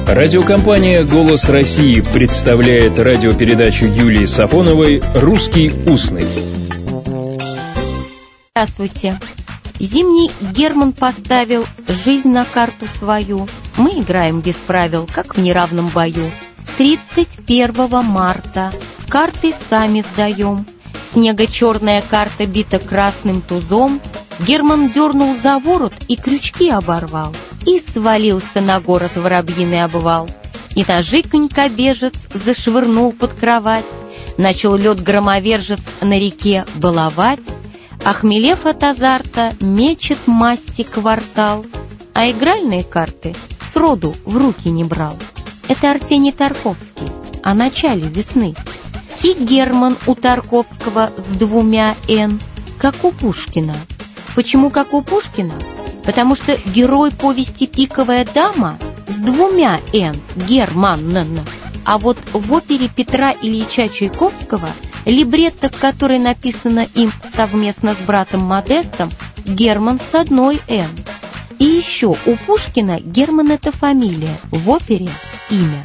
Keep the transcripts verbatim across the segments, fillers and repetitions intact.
Радиокомпания «Голос России» представляет радиопередачу Юлии Сафоновой «Русский устный». Здравствуйте. Зимний Герман поставил жизнь на карту свою. Мы играем без правил, как в неравном бою. тридцать первого марта карты сами сдаем. Снего-черная карта бита красным тузом. Герман дернул за ворот и крючки оборвал. И свалился на город воробьиный обвал. И ножи конькобежец зашвырнул под кровать. Начал лед-громовержец на реке баловать. Охмелев от азарта, мечет масти квартал. А игральные карты сроду в руки не брал. Это Арсений Тарковский о начале весны. И Герман у Тарковского с двумя «Н», как у Пушкина. Почему как у Пушкина? Потому что герой повести «Пиковая дама» с двумя «Н» Герман. А вот в опере Петра Ильича Чайковского, либретто, которое написано им совместно с братом Модестом, Герман с одной «Н». И еще у Пушкина Герман — это фамилия, в опере — имя.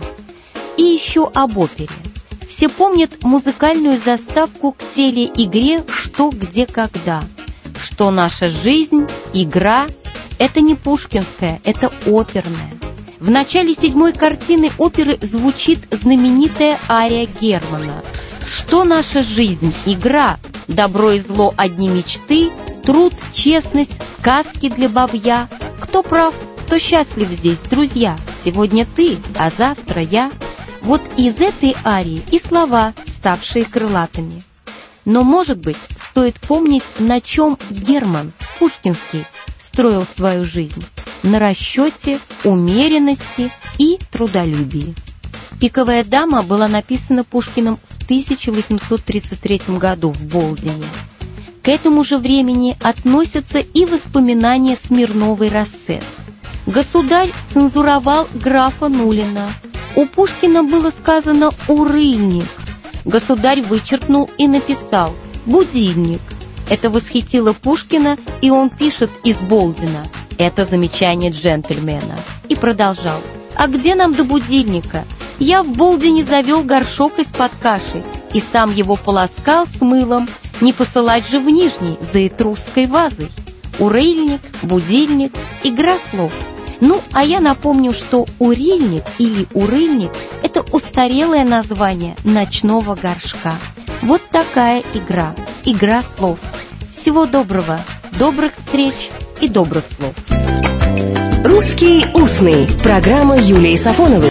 И еще об опере. Все помнят музыкальную заставку к телеигре «Что, где, когда». Что наша жизнь, игра — это не пушкинская, это оперная. В начале седьмой картины оперы звучит знаменитая ария Германа. Что наша жизнь, игра, добро и зло одни мечты, труд, честность, сказки для бабья. Кто прав, кто счастлив здесь, друзья? Сегодня ты, а завтра я. Вот из этой арии и слова, ставшие крылатыми. Но, может быть, стоит помнить, на чем Герман, пушкинский, строил свою жизнь. На расчете, умеренности и трудолюбии. «Пиковая дама» была написана Пушкиным в тысяча восемьсот тридцать третьем году в Болдине. К этому же времени относятся и воспоминания Смирновой «Рассвет». Государь цензуровал графа Нулина. У Пушкина было сказано «урыльник». Государь вычеркнул и написал «будильник». Это восхитило Пушкина, и он пишет из Болдина: «Это замечание джентльмена». И продолжал: «А где нам до будильника? Я в Болдине завел горшок из-под каши и сам его полоскал с мылом. Не посылать же в Нижний за этрусской вазой». Урыльник, будильник, игра слов. Ну, а я напомню, что урильник или урыльник – это устарелое название ночного горшка. Вот такая игра, игра слов. Всего доброго, добрых встреч и добрых слов. «Русский устный». Программа Юлии Сафоновой.